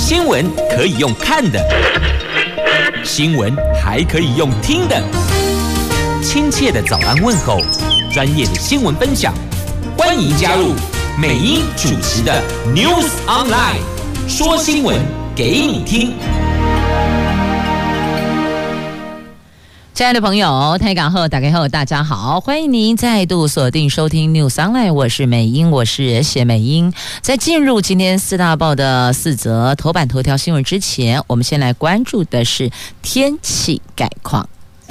新闻可以用看的，新闻还可以用听的。亲切的早安问候，专业的新闻分享，欢迎加入美英主持的 News Online， 说新闻给你听。 亲爱的朋友，台港后打开后，大家好，欢迎您再度锁定收听 News Online， 我是美英，我是谢美英。在进入今天四大报的4则头版头条新闻之前，我们先来关注的是天气概况。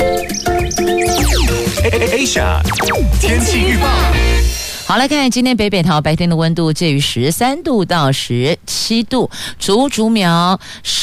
Asia 天气预报。 好，来看今天北北桃白天的温度介于13度到17度，竹苗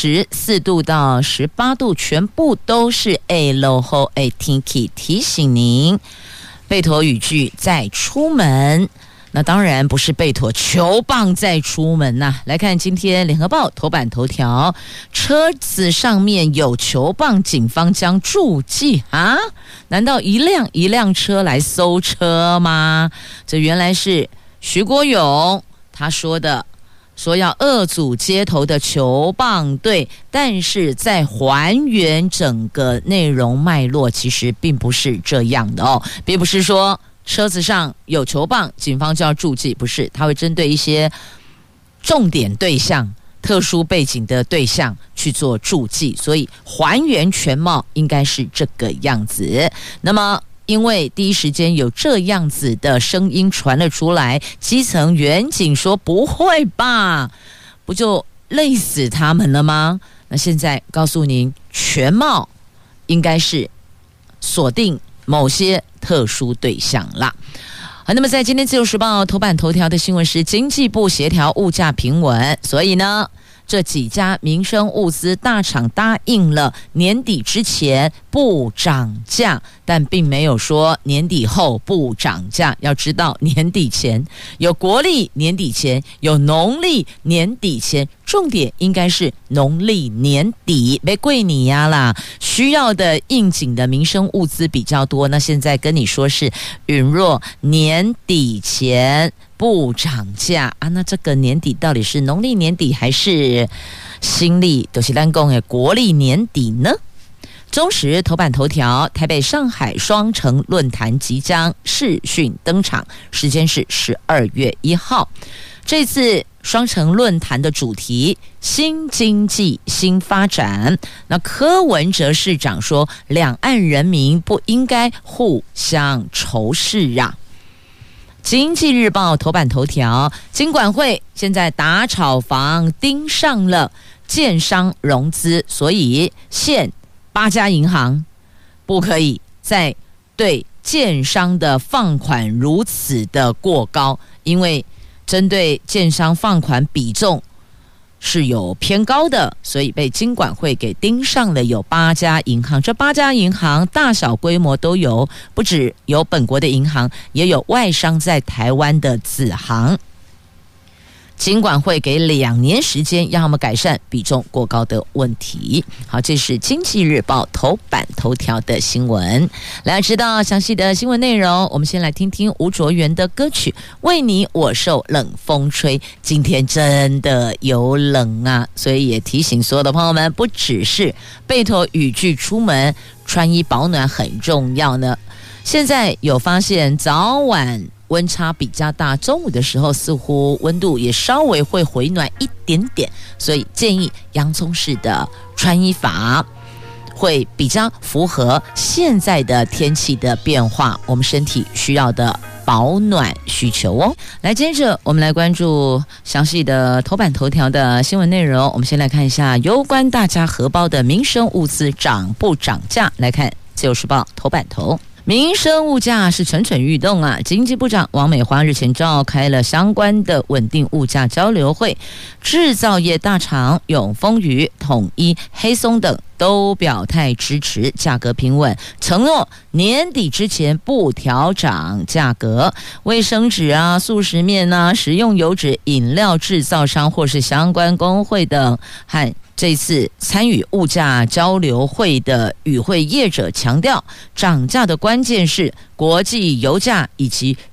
14度到18度，全部都是落后天气，提醒您备妥雨具再出门。那当然不是备妥球棒再出门呐。来看今天联合报头版头条，车子上面有球棒，警方将注记啊？难道一辆一辆车来搜车吗？这原来是徐国勇他说的，说要遏阻街头的球棒队，但是在还原整个内容脉络，其实并不是这样的哦，并不是说车子上有球棒，警方就要注记，不是，他会针对一些重点对象、特殊背景的对象去做注记，所以还原全貌应该是这个样子。那么因为第一时间有这样子的声音传了出来，基层员警说不会吧，不就累死他们了吗？那现在告诉您，全貌应该是锁定某些特殊对象啦。好，那么在今天自由时报头版头条的新闻是经济部协调物价平稳，所以呢这几家民生物资大厂答应了年底之前不涨价，但并没有说年底后不涨价。要知道年底前有国历年底前，有农历年底前，重点应该是农历年底，别贵你呀啦，需要的应景的民生物资比较多。那现在跟你说是允若年底前不涨价啊，那这个年底到底是农历年底还是新历，就是咱讲的国历年底呢？中时头版头条，台北上海双城论坛即将视讯登场，时间是12月1号。这次双城论坛的主题新经济新发展，那柯文哲市长说，两岸人民不应该互相仇视啊。经济日报头版头条，金管会现在打炒房盯上了建商融资，所以限8家银行不可以再对建商的放款如此的过高，因为针对建商放款比重是有偏高的，所以被金管会给盯上了。有8家银行，这8家银行大小规模都有，不只有本国的银行，也有外商在台湾的子行。金管会给2年时间，让他们改善比重过高的问题。好，这是经济日报头版头条的新闻。来知道详细的新闻内容，我们先来听听吴卓源的歌曲《为你我受冷风吹》。今天真的有冷啊，所以也提醒所有的朋友们，不只是备妥雨具出门，穿衣保暖很重要呢。现在有发现早晚温差比较大，中午的时候似乎温度也稍微会回暖一点点，所以建议洋葱式的穿衣法会比较符合现在的天气的变化，我们身体需要的保暖需求哦。来，接着我们来关注详细的头版头条的新闻内容。我们先来看一下有关大家荷包的民生物资涨不涨价。来看自由时报头版头，民生物价是蠢蠢欲动啊！经济部长王美花日前召开了相关的稳定物价交流会，制造业大厂永丰余、统一、黑松等都表态支持价格平稳，承诺年底之前不调涨价格。卫生纸啊、速食面啊、食用油脂、饮料制造商或是相关工会等和这次参与物价交流会的与会业者强调，涨价的关键是国际油价以及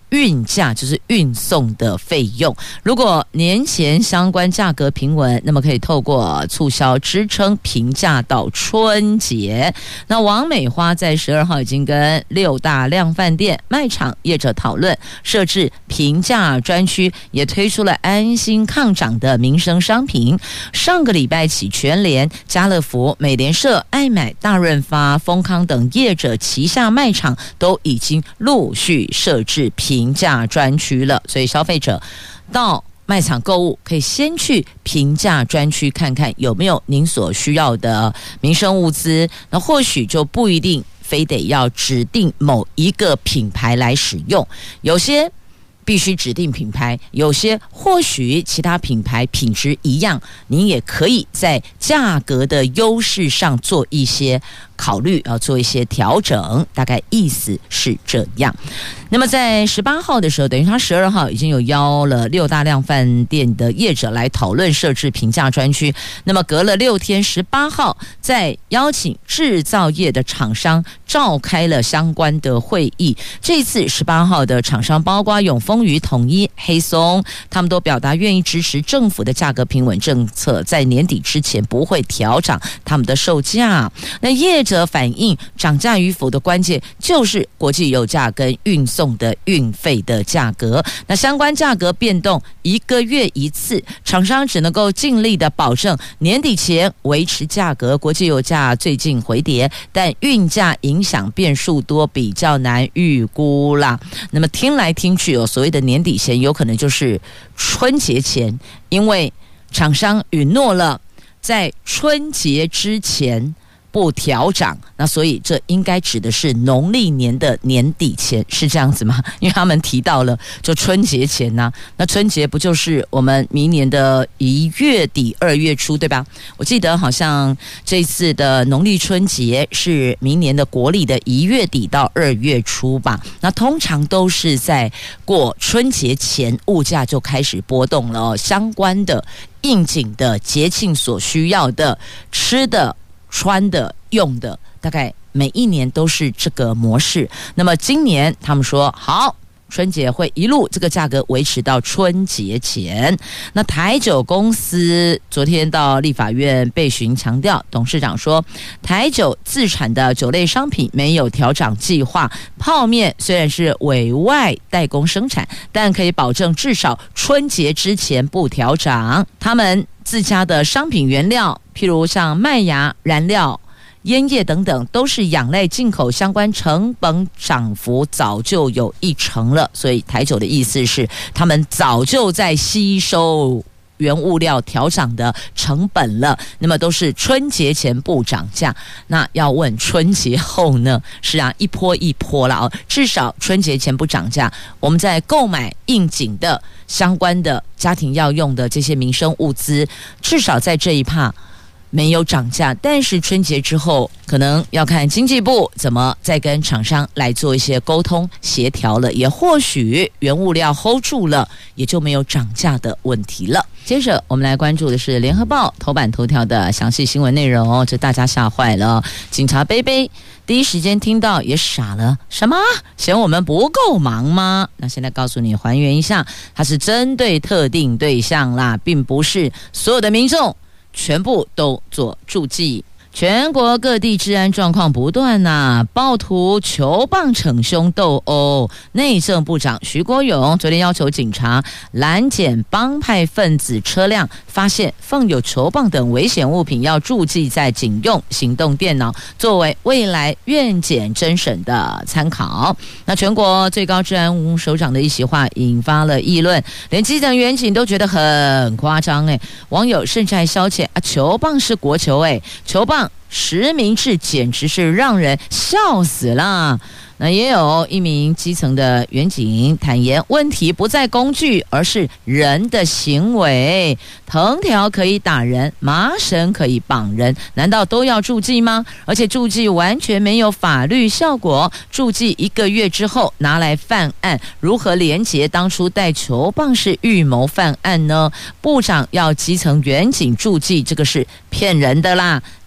运价，就是运送的费用。如果年前相关价格平稳，那么可以透过促销支撑平价到春节。那王美花在12号已经跟6大量贩店卖场业者讨论设置平价专区，也推出了安心抗涨的民生商品。上个礼拜起，全联、家乐福、美联社、爱买、大润发、丰康等业者旗下卖场都已经陆续设置平价专区了，所以消费者到卖场购物可以先去平价专区看看有没有您所需要的民生物资，那或许就不一定非得要指定某一个品牌来使用，有些必须指定品牌，有些或许其他品牌品质一样，您也可以在价格的优势上做一些考虑，做一些调整，大概意思是这样。那么在18号的时候，等于他12号已经有邀了6大量贩店的业者来讨论设置平价专区。那么隔了6天，18号再邀请制造业的厂商召开了相关的会议。这次18号的厂商包括永丰余、统一、黑松，他们都表达愿意支持政府的价格平稳政策，在年底之前不会调涨他们的售价。那业者反映涨价与否的关键就是国际油价跟运送的运费的价格，那相关价格变动1个月一次，厂商只能够尽力的保证年底前维持价格。国际油价最近回跌，但运价影响变数多，比较难预估啦。那么听来听去，所谓的年底前有可能就是春节前，因为厂商允诺了在春节之前不调涨，那所以这应该指的是农历年的年底前，是这样子吗？因为他们提到了就春节前啊，那春节不就是我们明年的1月底2月初，对吧？我记得好像这次的农历春节是明年的国历的1月底到2月初吧，那通常都是在过春节前物价就开始波动了，相关的应景的节庆所需要的吃的穿的用的，大概每一年都是这个模式。那么今年他们说好，春节会一路这个价格维持到春节前。那台酒公司昨天到立法院备询，强调董事长说，台酒自产的酒类商品没有调涨计划，泡面虽然是委外代工生产，但可以保证至少春节之前不调涨。他们自家的商品原料，譬如像麦芽、燃料、烟叶等等，都是仰赖进口，相关成本涨幅早就有1成了。所以台酒的意思是，他们早就在吸收原物料调涨的成本了，那么都是春节前不涨价。那要问春节后呢？是啊，一波一波了，至少春节前不涨价，我们在购买应景的相关的家庭要用的这些民生物资，至少在这一趴没有涨价，但是春节之后可能要看经济部怎么再跟厂商来做一些沟通协调了，也或许原物料 hold 住了，也就没有涨价的问题了。接着我们来关注的是联合报头版头条的详细新闻内容，这大家吓坏了，警察贝贝第一时间听到也傻了，什么？嫌我们不够忙吗？那现在告诉你，还原一下，它是针对特定对象啦，并不是所有的民众全部都做注记。全国各地治安状况不断啊，暴徒球棒逞凶斗殴。内政部长徐国勇昨天要求警察拦检帮派分子车辆，发现放有球棒等危险物品，要注记在警用行动电脑，作为未来院检侦审的参考。那全国最高治安首长的一席话引发了议论，连基层员警都觉得很夸张网友甚至还消遣球棒是国球球棒实名制简直是让人笑死了。那也有一名基层的员警坦言，问题不在工具，而是人的行为。藤条可以打人，麻绳可以绑人，难道都要注记吗？而且注记完全没有法律效果，注记1个月之后拿来犯案，如何连结当初带球棒是预谋犯案呢？部长要基层员警注记，这个是骗人的啦。歹徒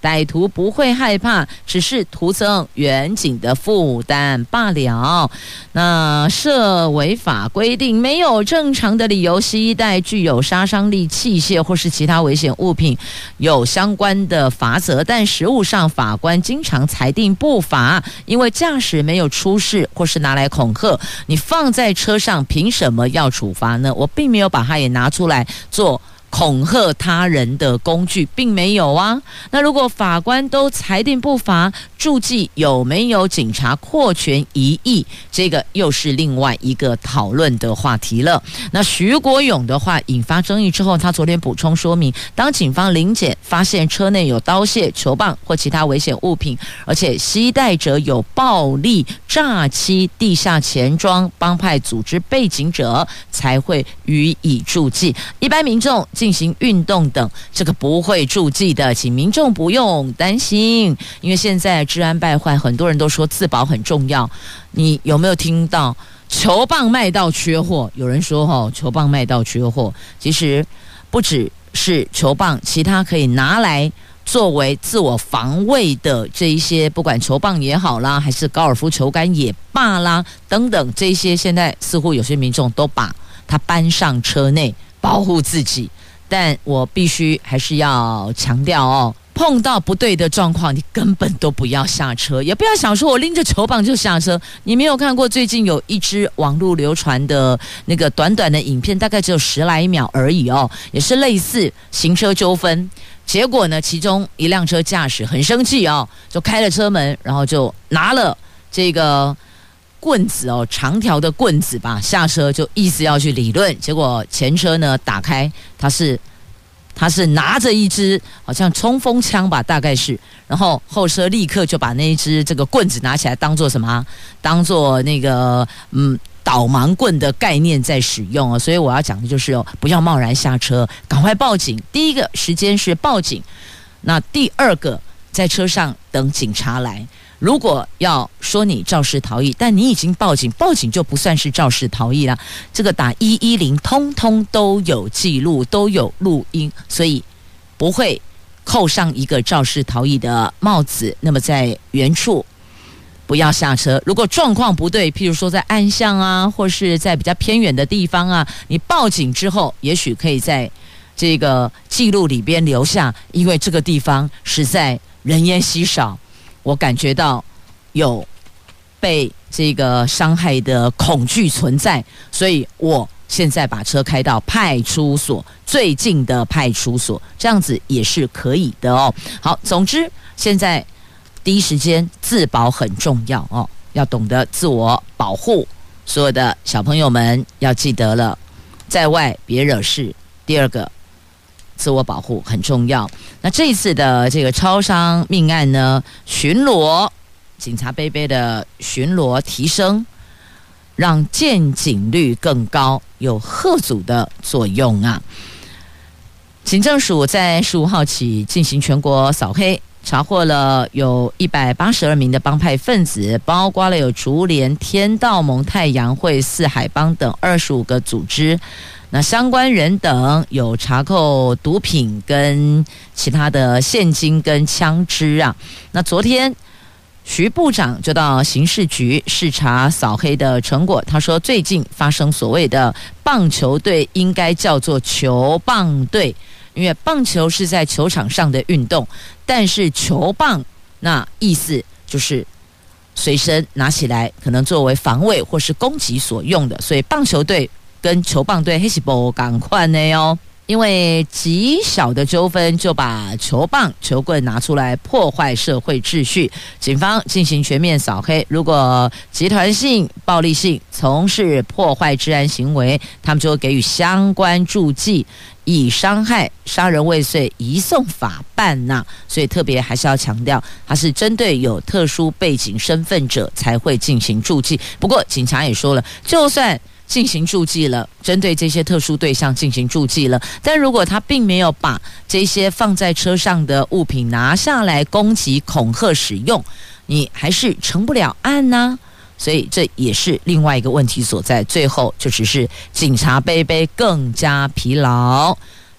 除不会害怕，只是徒增远景的负担罢了。那涉违法规定，没有正常的理由携带具有杀伤力器械或是其他危险物品，有相关的罚则，但实务上法官经常裁定不罚，因为驾驶没有出事或是拿来恐吓，你放在车上凭什么要处罚呢？我并没有把它也拿出来做恐吓他人的工具，并没有啊。那如果法官都裁定不罚，注记有没有警察扩权疑义，这个又是另外一个讨论的话题了。那徐国勇的话引发争议之后，他昨天补充说明，当警方临检发现车内有刀械、球棒或其他危险物品，而且携带者有暴力、诈欺、地下钱庄、帮派组织背景者，才会予以注记。一般民众进行运动等，这个不会注记的，请民众不用担心。因为现在治安败坏，很多人都说自保很重要。你有没有听到球棒卖到缺货？有人说球棒卖到缺货，其实不只是球棒，其他可以拿来作为自我防卫的这一些，不管球棒也好啦，还是高尔夫球杆也罢啦，等等，这一些现在似乎有些民众都把它搬上车内保护自己。但我必须还是要强调碰到不对的状况，你根本都不要下车，也不要想说我拎着球棒就下车。你没有看过最近有一支网络流传的那个短短的影片，大概只有10来秒而已也是类似行车纠纷。结果呢，其中一辆车驾驶很生气就开了车门，然后就拿了这个棍子长条的棍子吧，下车就意思要去理论。结果前车呢打开，他是拿着一支好像冲锋枪吧，大概是，然后后车立刻就把那一支这个棍子拿起来当做什么？当做那个导盲棍的概念在使用所以我要讲的就是不要贸然下车，赶快报警。第一个时间是报警，那第二个在车上等警察来。如果要说你肇事逃逸，但你已经报警就不算是肇事逃逸了。这个打110通通都有记录，都有录音，所以不会扣上一个肇事逃逸的帽子。那么在原处不要下车。如果状况不对，譬如说在暗巷啊，或是在比较偏远的地方啊，你报警之后，也许可以在这个记录里边留下，因为这个地方实在人烟稀少。我感觉到有被这个伤害的恐惧存在，所以我现在把车开到派出所，最近的派出所，这样子也是可以的好，总之现在第一时间自保很重要要懂得自我保护。所有的小朋友们要记得了，在外别惹事。第二个，自我保护很重要。那这一次的这个超商命案呢，巡逻警察杯杯的巡逻提升，让见警率更高，有吓阻的作用啊。警政署在15号起进行全国扫黑，查获了有182名的帮派分子，包括了有竹联、天道盟、太阳会、四海帮等25个组织。那相关人等有查扣毒品跟其他的现金跟枪支啊。那昨天徐部长就到刑事局视察扫黑的成果，他说最近发生所谓的棒球队应该叫做球棒队，因为棒球是在球场上的运动，但是球棒那意思就是随身拿起来可能作为防卫或是攻击所用的，所以棒球队跟球棒队还是不同款的因为极小的纠纷就把球棒、球棍拿出来破坏社会秩序，警方进行全面扫黑。如果集团性、暴力性从事破坏治安行为，他们就会给予相关注记，以伤害、杀人未遂移送法办呐。所以特别还是要强调，它是针对有特殊背景身份者才会进行注记。不过警察也说了，就算进行注记了，针对这些特殊对象进行注记了，但如果他并没有把这些放在车上的物品拿下来攻击、恐吓使用，你还是成不了案啊。所以这也是另外一个问题所在。最后就只是警察杯杯更加疲劳，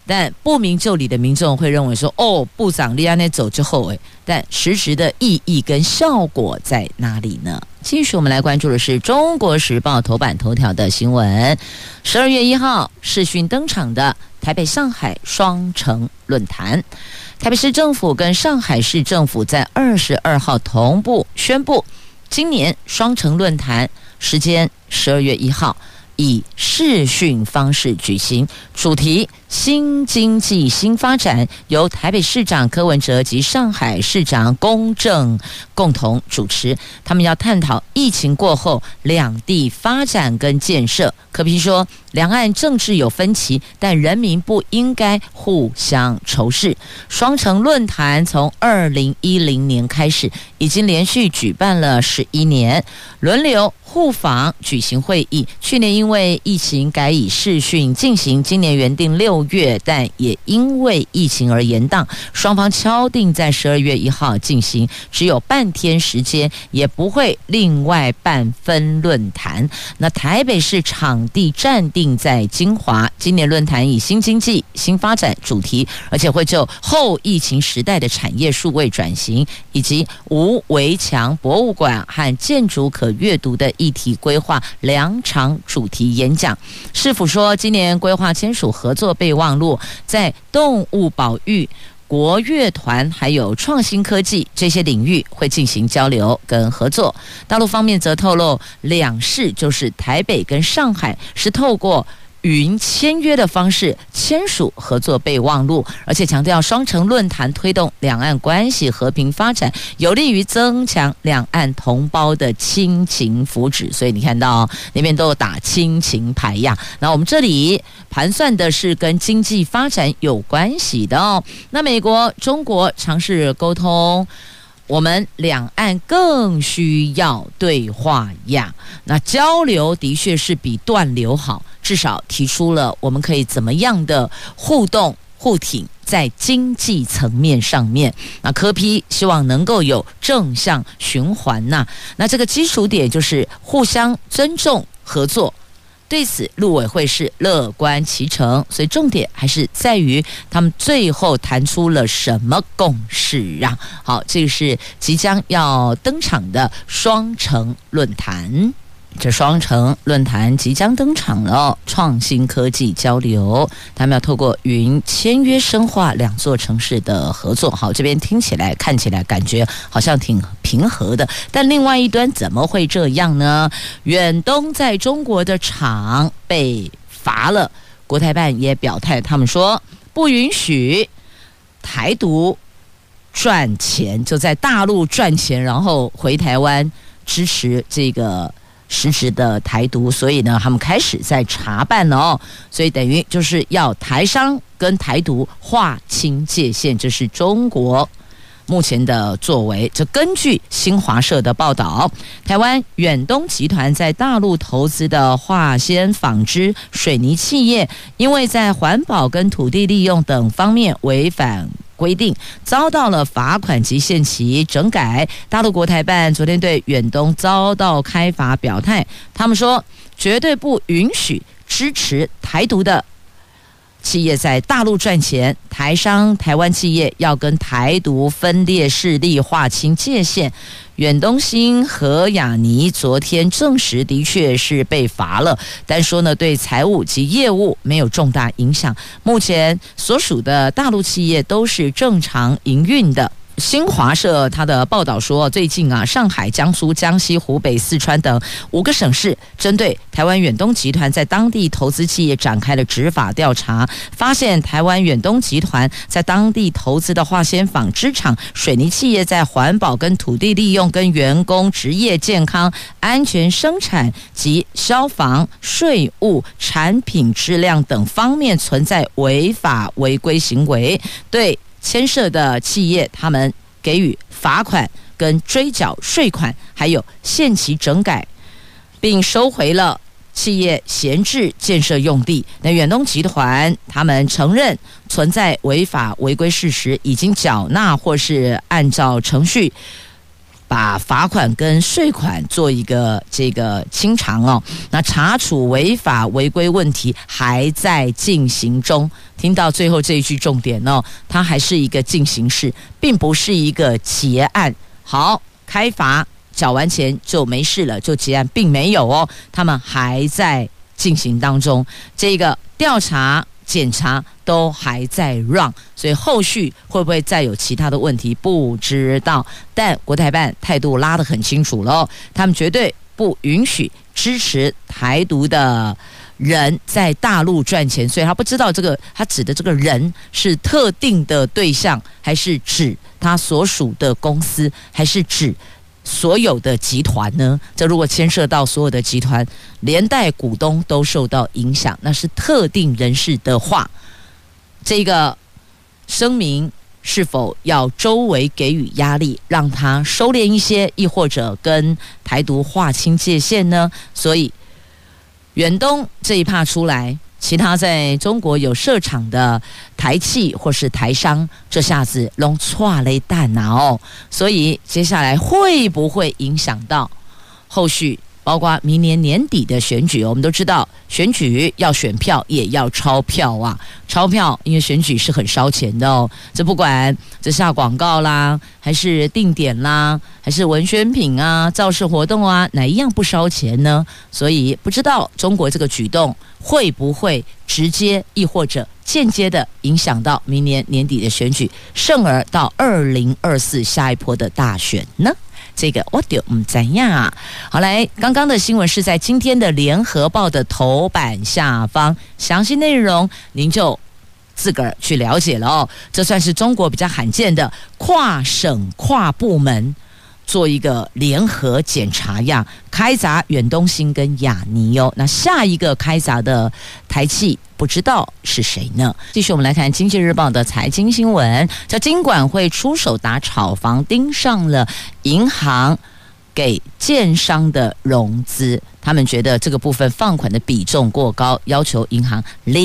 但不明就里的民众会认为说，部长你安那走之后，但实质的意义跟效果在哪里呢？继续我们来关注的是中国时报头版头条的新闻。12月1号视讯登场的台北上海双城论坛，台北市政府跟上海市政府在22号同步宣布，今年双城论坛时间12月1号以视讯方式举行，主题新经济新发展，由台北市长柯文哲及上海市长龚正共同主持。他们要探讨疫情过后两地发展跟建设。柯 P 说，两岸政治有分歧，但人民不应该互相仇视。双城论坛从2010年开始，已经连续举办了11年，轮流互访举行会议。去年因为疫情改以视讯进行，今年原定6月，但也因为疫情而延宕。双方敲定在12月1号进行，只有半天时间，也不会另外办分论坛。那台北市场地暂定在金华，今年论坛以新经济新发展主题，而且会就后疫情时代的产业数位转型，以及无围墙博物馆和建筑可阅读的议题规划2场主题演讲。市府说，今年规划签署合作备忘录，在动物保育、国乐团还有创新科技这些领域会进行交流跟合作。大陆方面则透露，两市就是台北跟上海是透过云签约的方式签署合作备忘录，而且强调双城论坛推动两岸关系和平发展，有利于增强两岸同胞的亲情福祉。所以你看到那边都有打亲情牌呀。那我们这里盘算的是跟经济发展有关系的哦。那美国、中国尝试沟通，我们两岸更需要对话呀。那交流的确是比断流好，至少提出了我们可以怎么样的互动互挺在经济层面上面。那柯 P 希望能够有正向循环呐。那这个基础点就是互相尊重合作。对此，陆委会是乐观其成，所以重点还是在于他们最后谈出了什么共识啊？好，这个是即将要登场的双城论坛。这双城论坛即将登场了，创新科技交流，他们要透过云签约深化两座城市的合作。好，这边听起来看起来感觉好像挺平和的，但另外一端怎么会这样呢？远东在中国的厂被罚了，国台办也表态，他们说不允许台独赚钱，就在大陆赚钱，然后回台湾支持这个实质的台独，所以呢，他们开始在查办了哦。所以等于就是要台商跟台独划清界限，这是中国目前的作为。这根据新华社的报道，台湾远东集团在大陆投资的化纤纺织水泥企业，因为在环保跟土地利用等方面违反规定，遭到了罚款及限期整改。大陆国台办昨天对远东遭到开罚表态，他们说绝对不允许支持台独的企业在大陆赚钱，台商台湾企业要跟台独分裂势力划清界限。远东新和雅尼昨天证实的确是被罚了，但说呢对财务及业务没有重大影响，目前所属的大陆企业都是正常营运的。新华社他的报道说，最近上海、江苏、江西、湖北、四川等5个省市针对台湾远东集团在当地投资企业展开了执法调查，发现台湾远东集团在当地投资的化纤纺织厂、水泥企业在环保跟土地利用、跟员工职业健康、安全生产及消防、税务、产品质量等方面存在违法违规行为，对牵涉的企业他们给予罚款跟追缴税款，还有限期整改，并收回了企业闲置建设用地。那远东集团他们承认存在违法违规事实，已经缴纳或是按照程序把罚款跟税款做一个这个清偿哦。那查处违法违规问题还在进行中。听到最后这一句重点哦，它还是一个进行式，并不是一个结案。好，开罚缴完钱就没事了，就结案，并没有哦，他们还在进行当中，这个调查检查都还在 run， 所以后续会不会再有其他的问题不知道，但国台办态度拉得很清楚了，他们绝对不允许支持台独的人在大陆赚钱，所以他不知道他指的这个人是特定的对象，还是指他所属的公司，还是指所有的集团呢？这如果牵涉到所有的集团，连带股东都受到影响，那是特定人士的话，这个声明是否要周围给予压力，让他收敛一些，亦或者跟台独划清界限呢？所以远东这一趴出来，其他在中国有设厂的台企或是台商，这下子弄错了蛋啊哦！所以接下来会不会影响到后续，包括明年年底的选举？我们都知道，选举要选票也要钞票啊，钞票因为选举是很烧钱的哦。这不管这下广告啦，还是定点啦，还是文宣品啊、造势活动啊，哪一样不烧钱呢？所以不知道中国这个举动会不会直接亦或者间接的影响到明年年底的选举，甚而到2024下一波的大选呢？这个我就不知道啊。好，来，刚刚的新闻是在今天的联合报的头版下方，详细内容您就自个儿去了解了哦。这算是中国比较罕见的跨省跨部门做一个联合检查呀，开闸远东新跟亚尼哦。那下一个开闸的台企不知道是谁呢？继续我们来看经济日报的财经新闻，叫金管会出手打炒房，盯上了银行给建商的融资，他们觉得这个部分放款的比重过高，要求银行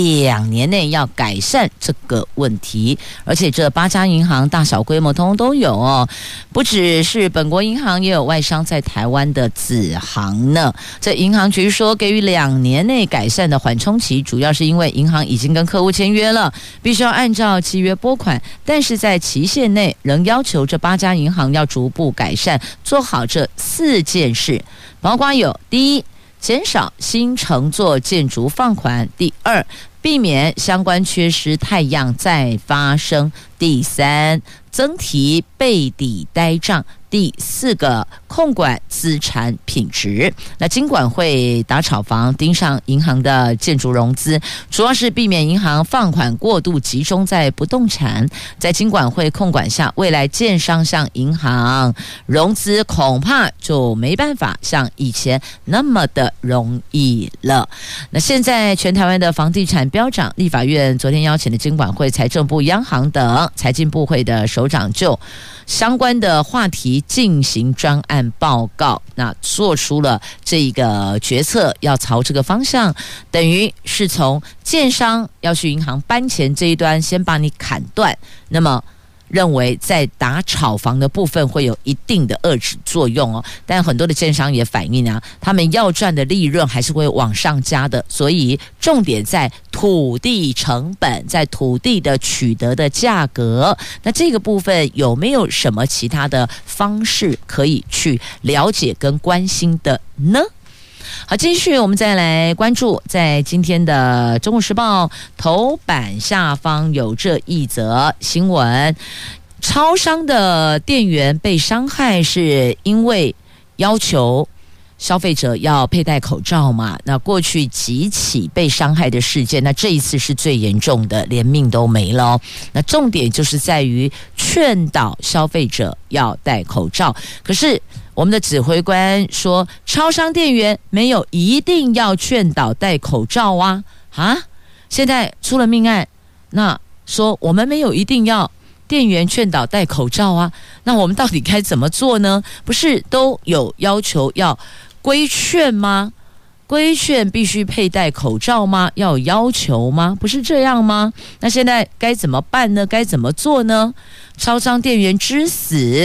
2年内要改善这个问题。而且这8家银行大小规模通通都有哦，不只是本国银行，也有外商在台湾的子行呢。这银行局说，给予2年内改善的缓冲期，主要是因为银行已经跟客户签约了，必须要按照契约拨款，但是在期限内仍要求这8家银行要逐步改善，做好这4件事，包括有：第一，减少新承作建筑放款；第二，避免相关缺失太阳再发生；第三，增提备抵呆账；第4个，控管资产品质。那金管会打炒房，盯上银行的建筑融资，主要是避免银行放款过度集中在不动产。在金管会控管下，未来建商向银行融资恐怕就没办法像以前那么的容易了。那现在全台湾的房地产飙涨，立法院昨天邀请的金管会、财政部、央行等财经部会的首长就相关的话题进行专案报告，那做出了这个决策，要朝这个方向，等于是从建商要去银行搬钱这一端先把你砍断，那么认为在打炒房的部分会有一定的遏制作用哦，但很多的建商也反映啊，他们要赚的利润还是会往上加的，所以重点在土地成本，在土地的取得的价格。那这个部分有没有什么其他的方式可以去了解跟关心的呢？好，继续我们再来关注，在今天的《中国时报》头版下方有这一则新闻：超商的店员被伤害是因为要求消费者要佩戴口罩嘛？那过去几起被伤害的事件，那这一次是最严重的，连命都没了哦。那重点就是在于劝导消费者要戴口罩，可是我们的指挥官说，超商店员没有一定要劝导戴口罩啊！现在出了命案，那说我们没有一定要店员劝导戴口罩啊，那我们到底该怎么做呢？不是都有要求要规劝吗？规劝必须佩戴口罩吗？要有要求吗？不是这样吗？那现在该怎么办呢？该怎么做呢？超商店员之死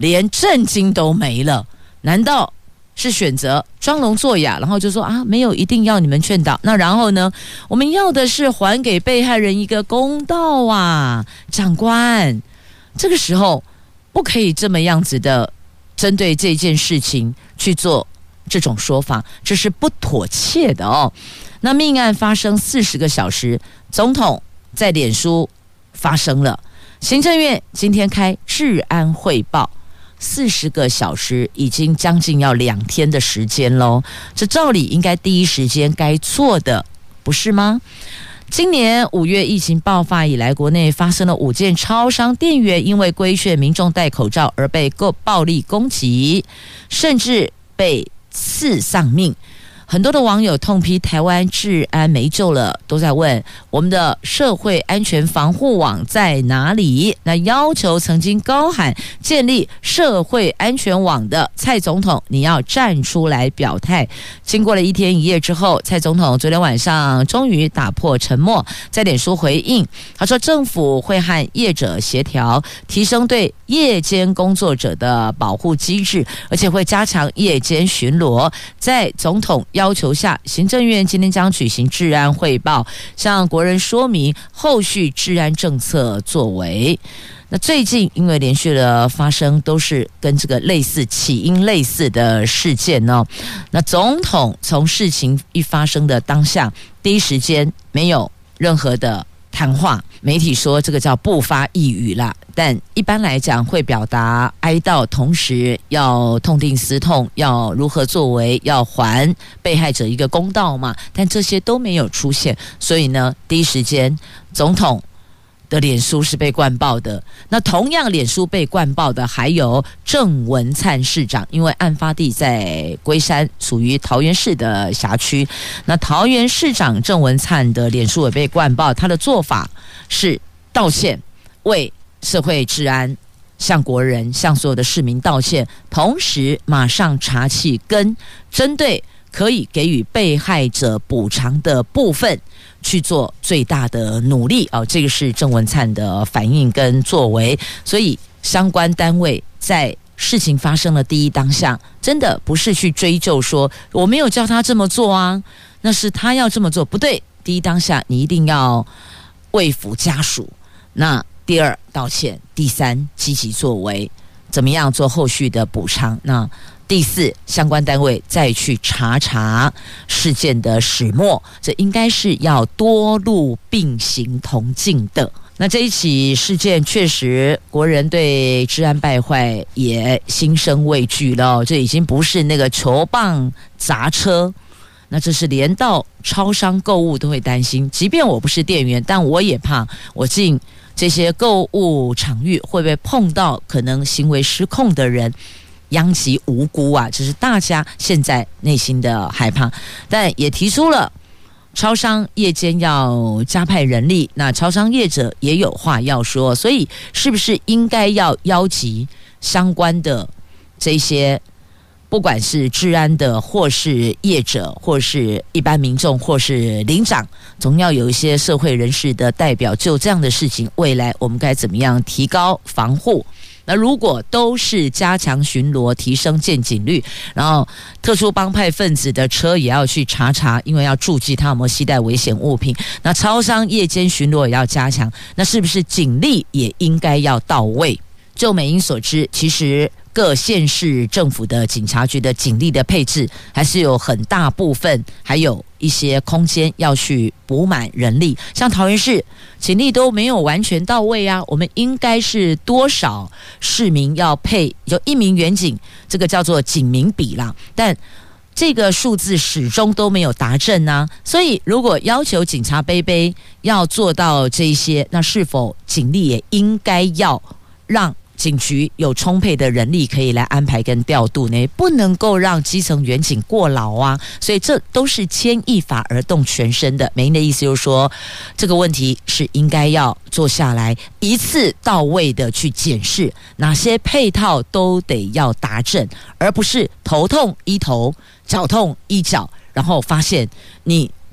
连震惊都没了，难道是选择装聋作哑，然后就说啊，没有一定要你们劝导？那然后呢，我们要的是还给被害人一个公道啊，长官，这个时候不可以这么样子的针对这件事情去做这种说法，这是不妥切的哦。那命案发生40个小时，总统在脸书发声了，行政院今天开治安汇报，40个小时已经将近要2天的时间咯，这照理应该第一时间该做的，不是吗？今年5月疫情爆发以来，国内发生了5件超商店员因为规劝民众戴口罩而被暴力攻击，甚至被刺丧命。很多的网友痛批台湾治安没救了，都在问我们的社会安全防护网在哪里？那要求曾经高喊建立社会安全网的蔡总统，你要站出来表态。经过了1天1夜之后，蔡总统昨天晚上终于打破沉默，在脸书回应，他说政府会和业者协调，提升对夜间工作者的保护机制，而且会加强夜间巡逻。在总统要求下，行政院今天将举行治安汇报，向国人说明后续治安政策作为。那最近因为连续的发生都是跟这个起因类似的事件哦，那总统从事情一发生的当下，第一时间没有任何的谈话，媒体说这个叫不发一语啦，但一般来讲会表达哀悼，同时要痛定思痛，要如何作为，要还被害者一个公道嘛，但这些都没有出现，所以呢，第一时间总统的脸书是被灌爆的。那同样脸书被灌爆的还有郑文灿市长，因为案发地在龟山，属于桃园市的辖区。那桃园市长郑文灿的脸书也被灌爆，他的做法是道歉，为社会治安向国人向所有的市民道歉，同时马上查气跟针对可以给予被害者补偿的部分去做最大的努力哦，这个是郑文灿的反应跟作为。所以相关单位在事情发生的第一当下，真的不是去追究说我没有叫他这么做啊，那是他要这么做不对，第一当下你一定要慰抚家属，那第二道歉，第三积极作为，怎么样做后续的补偿，那第四，相关单位再去查事件的始末，这应该是要多路并行同进的。那这一起事件确实国人对治安败坏也心生畏惧了，这已经不是那个球棒砸车，那这是连到超商购物都会担心，即便我不是店员，但我也怕我进这些购物场域会不会碰到可能行为失控的人，殃及无辜啊，这是大家现在内心的害怕。但也提出了超商夜间要加派人力，那超商业者也有话要说，所以是不是应该要邀集相关的这些不管是治安的或是业者或是一般民众或是领长，总要有一些社会人士的代表，就这样的事情未来我们该怎么样提高防护。那如果都是加强巡逻提升见警率，然后特殊帮派分子的车也要去查，因为要注记他有没有携带危险物品，那超商夜间巡逻也要加强，那是不是警力也应该要到位？就美英所知，其实各县市政府的警察局的警力的配置还是有很大部分还有一些空间要去补满人力，像桃园市警力都没有完全到位啊，我们应该是多少市民要配有1名员警，这个叫做警民比啦，但这个数字始终都没有达阵啊，所以如果要求警察杯杯要做到这些，那是否警力也应该要让警局有充沛的人力可以来安排跟调度呢？不能够让基层员警过劳啊，所以这都是牵一发而动全身的。美英的意思就是说，这个问题是应该要坐下来一次到位的去检视，哪些配套都得要达阵，而不是头痛医头，脚痛医脚，然后发现你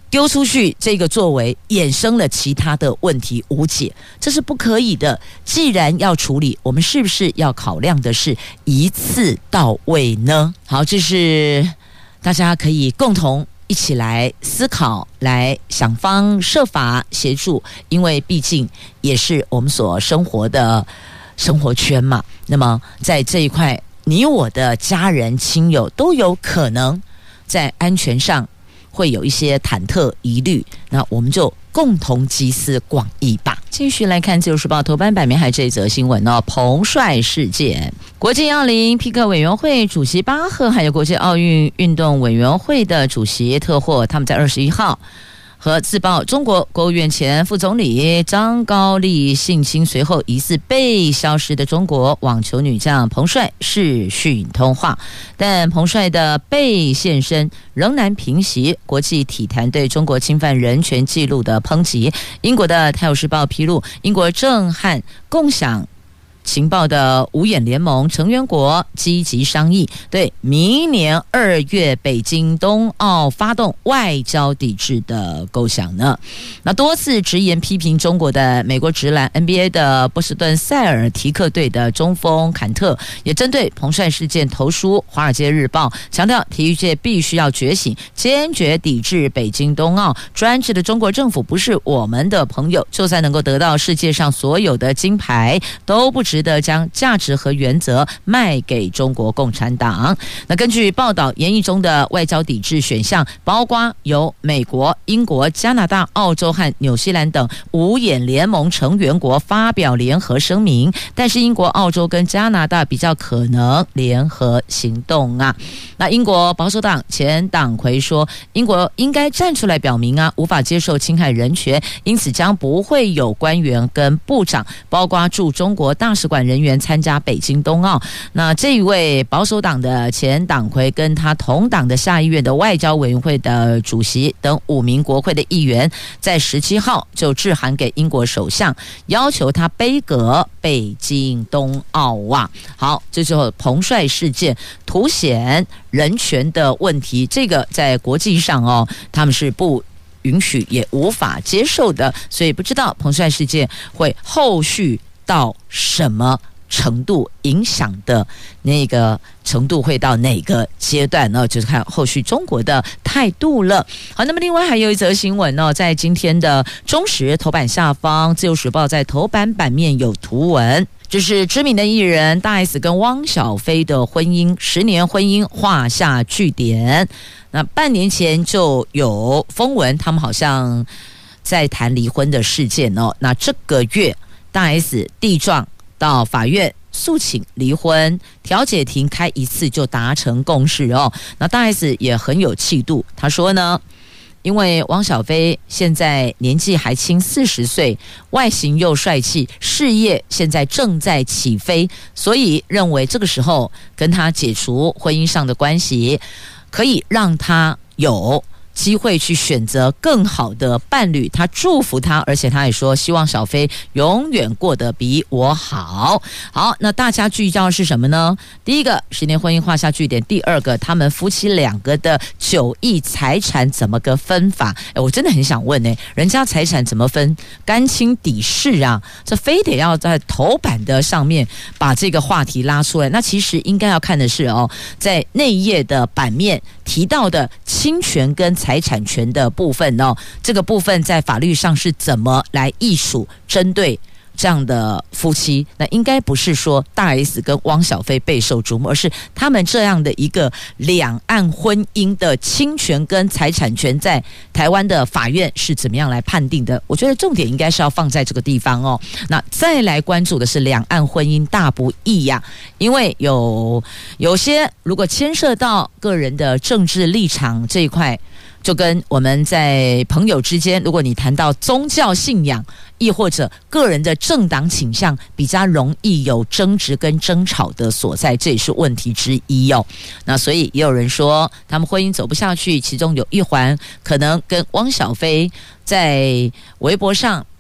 丢出去这个作为衍生了其他的问题无解，这是不可以的。既然要处理，我们是不是要考量的是一次到位呢？好，这是大家可以共同一起来思考，来想方设法协助，因为毕竟也是我们所生活的生活圈嘛。那么在这一块，你我的家人亲友都有可能在安全上会有一些忐忑疑虑，那我们就共同集思广益吧。继续来看《自由时报》头版版面，还有这一则新闻哦，彭帅事件。国际奥林匹克委员会主席巴赫，还有国际奥运运动委员会的主席特霍，他们在21号和自曝中国国务院前副总理张高丽性侵，随后疑似被消失的中国网球女将彭帅视讯通话，但彭帅的被现身仍然平息国际体坛对中国侵犯人权记录的抨击。英国的《泰晤士报》披露，英国正和共享情报的五眼联盟成员国积极商议，对明年2月北京冬奥发动外交抵制的构想呢。那多次直言批评中国的美国职篮 NBA 的波士顿塞尔提克队的中锋坎特，也针对彭帅事件投书《华尔街日报》，强调体育界必须要觉醒，坚决抵制北京冬奥。专制的中国政府不是我们的朋友，就算能够得到世界上所有的金牌，都不值得将价值和原则卖给中国共产党。那根据报道，研议中的外交抵制选项包括由美国、英国、加拿大、澳洲和纽西兰等五眼联盟成员国发表联合声明，但是英国、澳洲跟加拿大比较可能联合行动啊。那英国保守党前党魁说，英国应该站出来表明啊，无法接受侵害人权，因此将不会有官员跟部长，包括驻中国大使馆人员参加北京冬奥。那这一位保守党的前党魁跟他同党的下议院的外交委员会的主席等5名国会的议员，在17号就致函给英国首相，要求他杯葛北京冬奥啊。好，这就是彭帅事件凸显人权的问题，这个在国际上哦，他们是不允许也无法接受的，所以不知道彭帅事件会后续到什么程度，影响的那个程度会到哪个阶段呢？就是看后续中国的态度了。好，那么另外还有一则新闻呢，在今天的中时头版下方，自由时报在头版版面有图文，就是知名的艺人大 S 跟汪小菲的婚姻10年婚姻画下句点。那半年前就有风闻，他们好像在谈离婚的事件哦。那这个月大 S 递状到法院诉请离婚，调解庭开一次就达成共识哦。那大 S 也很有气度，他说呢，因为汪小菲现在年纪还轻，40岁，外形又帅气，事业现在正在起飞，所以认为这个时候跟他解除婚姻上的关系，可以让他有机会去选择更好的伴侣，他祝福他，而且他也说希望小菲永远过得比我好。好，那大家聚焦是什么呢？第一个10年婚姻画下句点，第二个他们夫妻2个的9亿财产怎么个分法？我真的很想问人家财产怎么分？干亲底事啊，这非得要在头版的上面把这个话题拉出来。那其实应该要看的是在内页的版面提到的侵权跟财产权的部分这个部分在法律上是怎么来议数针对这样的夫妻？那应该不是说大 S 跟汪小菲备受瞩目，而是他们这样的一个两岸婚姻的侵权跟财产权在台湾的法院是怎么样来判定的。我觉得重点应该是要放在这个地方那再来关注的是两岸婚姻大不易呀，因为有些如果牵涉到个人的政治立场这一块，就跟我们在朋友之间，如果你谈到宗教信仰，亦或者个人的政党倾向，比较容易有争执跟争吵的所在，这也是问题之一那所以也有人说，他们婚姻走不下去，其中有一环可能跟汪小菲在微博上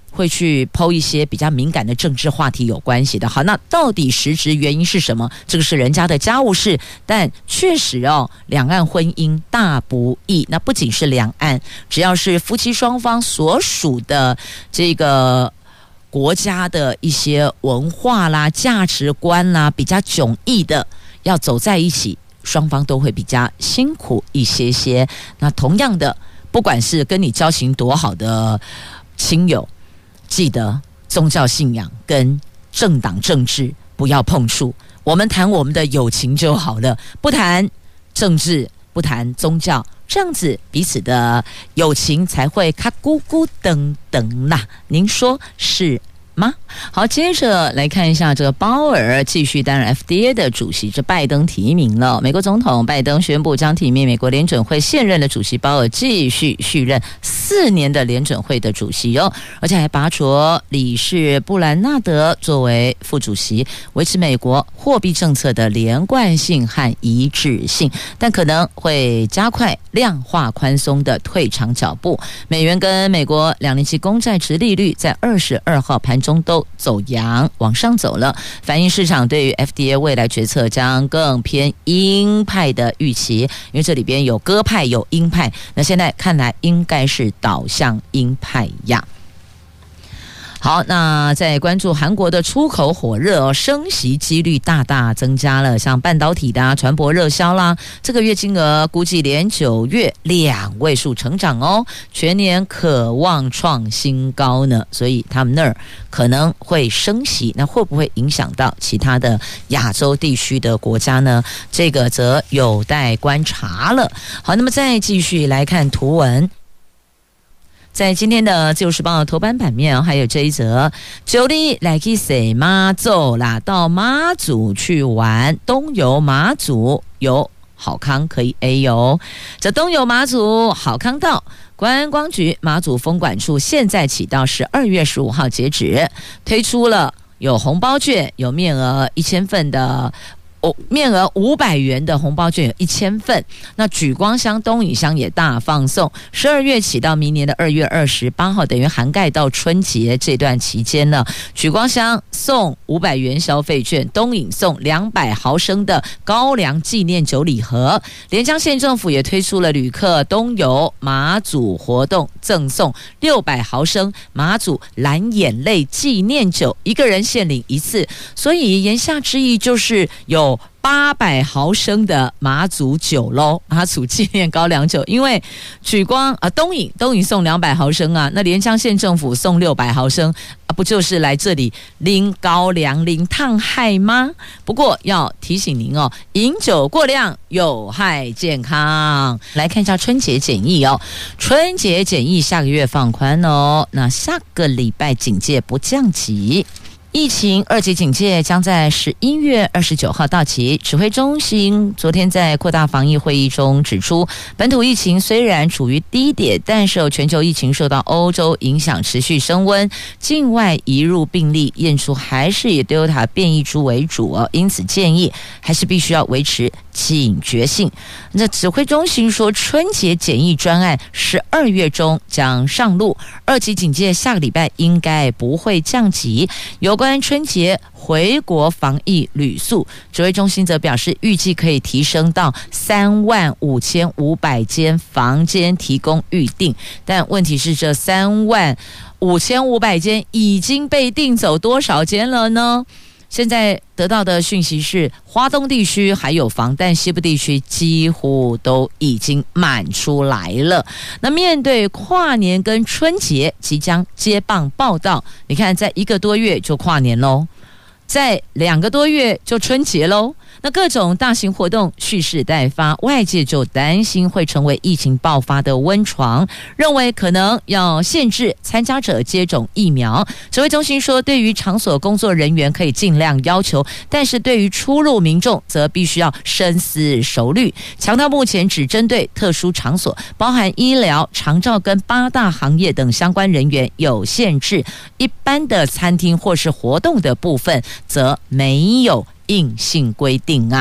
会去抛一些比较敏感的政治话题有关系的。好，那到底实质原因是什么？这个是人家的家务事，但确实两岸婚姻大不易。那不仅是两岸，只要是夫妻双方所属的这个国家的一些文化啦、价值观啦比较迥异的，要走在一起，双方都会比较辛苦一些些。那同样的，不管是跟你交情多好的亲友，记得宗教信仰跟政党政治不要碰触，我们谈我们的友情就好了，不谈政治，不谈宗教，这样子彼此的友情才会咔咕咕噔噔啦。您说是吗？好，接着来看一下这个鲍尔继续担任 FDA 的主席，这拜登提名了。美国总统拜登宣布将提名美国联准会现任的主席鲍尔继续续任4年的联准会的主席而且还拔擢理事布兰纳德作为副主席，维持美国货币政策的连贯性和一致性，但可能会加快量化宽松的退场脚步。美元跟美国2年期公债殖利率在22号盘中都走阳往上走了，反映市场对于 FDA 未来决策将更偏鹰派的预期，因为这里边有鸽派有鹰派，那现在看来应该是导向鹰派呀。好，那在关注韩国的出口火热升息几率大大增加了，像半导体的船舶热销啦，这个月金额估计连9月2位数成长全年可望创新高呢，所以他们那儿可能会升息，那会不会影响到其他的亚洲地区的国家呢？这个则有待观察了。好，那么再继续来看图文。在今天的自由时报的头版版面还有这一则九里来去洗妈祖啦，到妈祖去玩，东游妈祖有好康可以 A 哟。这东游妈祖好康到观光局马祖封管处现在起到12月15号截止，推出了有红包券，有面额1000份的面额500元的红包券有1000份，那莒光乡、东引乡也大放送。12月起到明年的2月28号，等于涵盖到春节这段期间呢。莒光乡送500元消费券，东引送200毫升的高粱纪念酒礼盒。连江县政府也推出了旅客东游马祖活动，赠送600毫升马祖蓝眼泪纪念酒，一个人限领1次。所以言下之意就是有800毫升的马祖酒咯，马祖纪念高粱酒。因为莒光东引送200毫升啊，那连江县政府送600毫升不就是来这里拎高粱拎烫害吗？不过要提醒您饮酒过量有害健康。来看一下春节检疫春节检疫下个月放宽那下个礼拜警戒不降级。疫情2级警戒将在11月29号到期。指挥中心昨天在扩大防疫会议中指出，本土疫情虽然处于低点，但是全球疫情受到欧洲影响持续升温，境外移入病例验出还是以 Delta 变异株为主因此建议还是必须要维持警觉性。那指挥中心说，春节检疫专案12月中将上路，2级警戒下个礼拜应该不会降级。有关春节回国防疫旅宿，指挥中心则表示，预计可以提升到35500间房间提供预定，但问题是这35500间已经被订走多少间了呢？现在得到的讯息是，华东地区还有房，但西部地区几乎都已经满出来了。那面对跨年跟春节即将接棒报到，你看在1个多月就跨年咯，在2个多月就春节咯，那各种大型活动蓄势待发，外界就担心会成为疫情爆发的温床，认为可能要限制参加者接种疫苗。指挥中心说，对于场所工作人员可以尽量要求，但是对于出入民众则必须要深思熟虑，强调目前只针对特殊场所，包含医疗、长照跟8大行业等相关人员有限制，一般的餐厅或是活动的部分则没有硬性规定啊。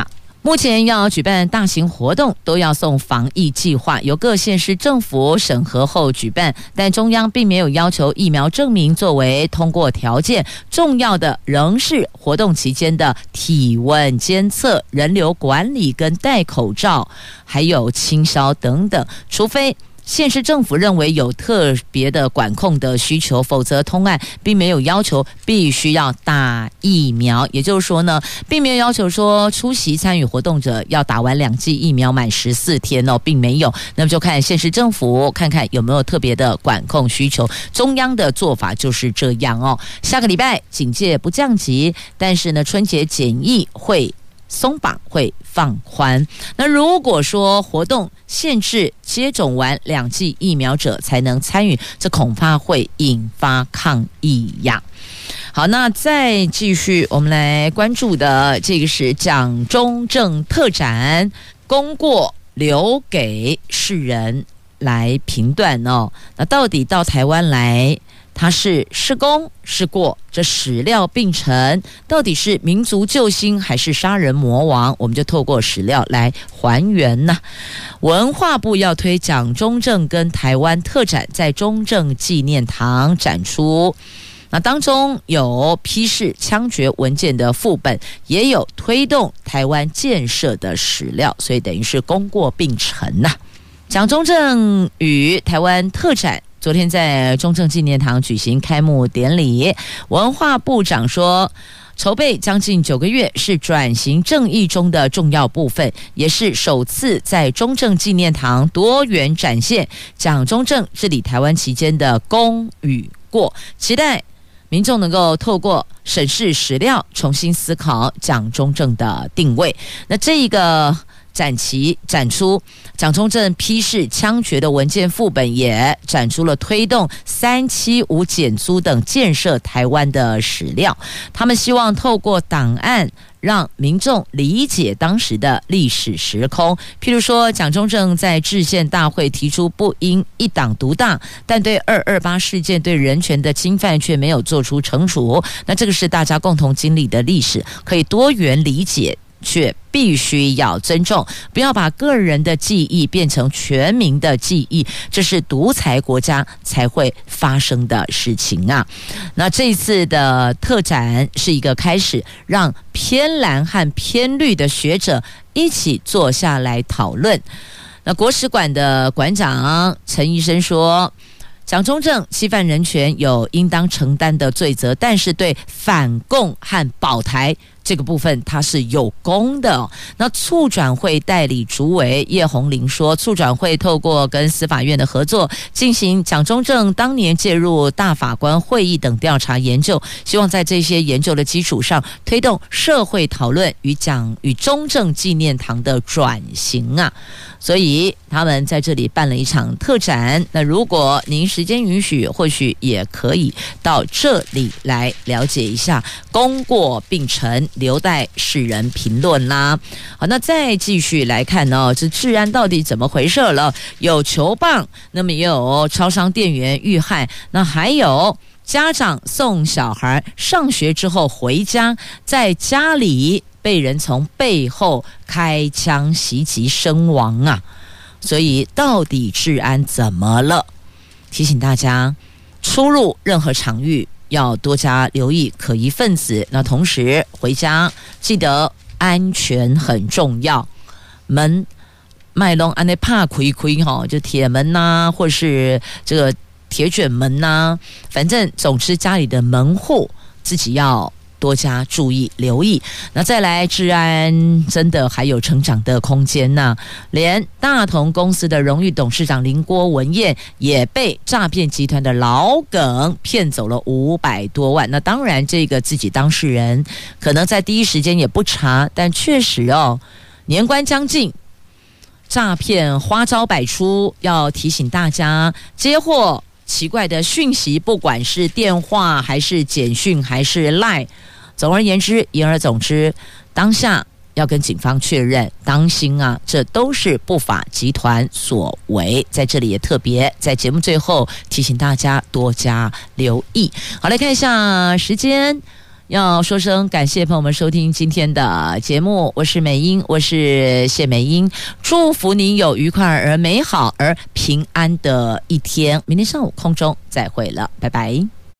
目前要举办大型活动都要送防疫计划，由各县市政府审核后举办，但中央并没有要求疫苗证明作为通过条件，重要的仍是活动期间的体温监测、人流管理跟戴口罩，还有清消等等，除非县市政府认为有特别的管控的需求，否则通案并没有要求必须要打疫苗。也就是说呢，并没有要求说出席参与活动者要打完2剂疫苗满14天哦，并没有。那么就看县市政府看看有没有特别的管控需求。中央的做法就是这样哦。下个礼拜警戒不降级，但是呢，春节检疫会松绑，会放宽。那如果说活动限制接种完2剂疫苗者才能参与，这恐怕会引发抗议呀。好，那再继续我们来关注的这个是蒋中正特展，功过留给世人来评断哦。那到底到台湾来，它是功是过，这史料并陈，到底是民族救星还是杀人魔王？我们就透过史料来还原呐。文化部要推蒋中正跟台湾特展，在中正纪念堂展出。那当中有批示枪决文件的副本，也有推动台湾建设的史料，所以等于是功过并陈呐。蒋中正与台湾特展昨天在中正纪念堂举行开幕典礼，文化部长说，筹备将近9个月，是转型正义中的重要部分，也是首次在中正纪念堂多元展现蒋中正治理台湾期间的功与过，期待民众能够透过审视史料，重新思考蒋中正的定位。那这一个展出蒋中正批示枪决的文件副本，也展出了推动375减租等建设台湾的史料。他们希望透过档案让民众理解当时的历史时空，譬如说蒋中正在制宪大会提出不应一党独大，但对228事件对人权的侵犯却没有做出惩处。那这个是大家共同经历的历史，可以多元理解，却必须要尊重，不要把个人的记忆变成全民的记忆，这是独裁国家才会发生的事情啊。那这一次的特展是一个开始，让偏蓝和偏绿的学者一起坐下来讨论。那国史馆的馆长陈医生说，蒋中正侵犯人权有应当承担的罪责，但是对反共和保台这个部分他是有功的哦。那促转会代理主委叶红玲说，促转会透过跟司法院的合作，进行蒋中正当年介入大法官会议等调查研究，希望在这些研究的基础上，推动社会讨论与中正纪念堂的转型啊。所以他们在这里办了一场特展，那如果您时间允许，或许也可以到这里来了解一下，功过并陈，留待世人评论啦。好，那再继续来看哦，这治安到底怎么回事了？有球棒，那么也有超商店员遇害，那还有家长送小孩上学之后回家，在家里被人从背后开枪袭击身亡啊！所以到底治安怎么了？提醒大家，出入任何场域要多加留意可疑分子。那同时回家记得安全很重要，门麦龙安内怕亏哈，就铁门呐，或是这个铁卷门呐，反正总之家里的门户自己要多加注意留意。那再来，治安真的还有成长的空间呐。连大同公司的荣誉董事长林郭文彦也被诈骗集团的老梗骗走了500多万。那当然这个自己当事人可能在第一时间也不查，但确实哦，年关将近，诈骗花招百出，要提醒大家，接获奇怪的讯息，不管是电话还是简讯还是 LINE， 总而言之，言而总之，当下要跟警方确认，当心啊，这都是不法集团所为。在这里也特别在节目最后提醒大家多加留意。好，来看一下时间。 要说声感谢朋友们收听今天的节目，我是美英，我是谢美英，祝福您有愉快而美好而平安的一天，明天上午空中再会了，拜拜。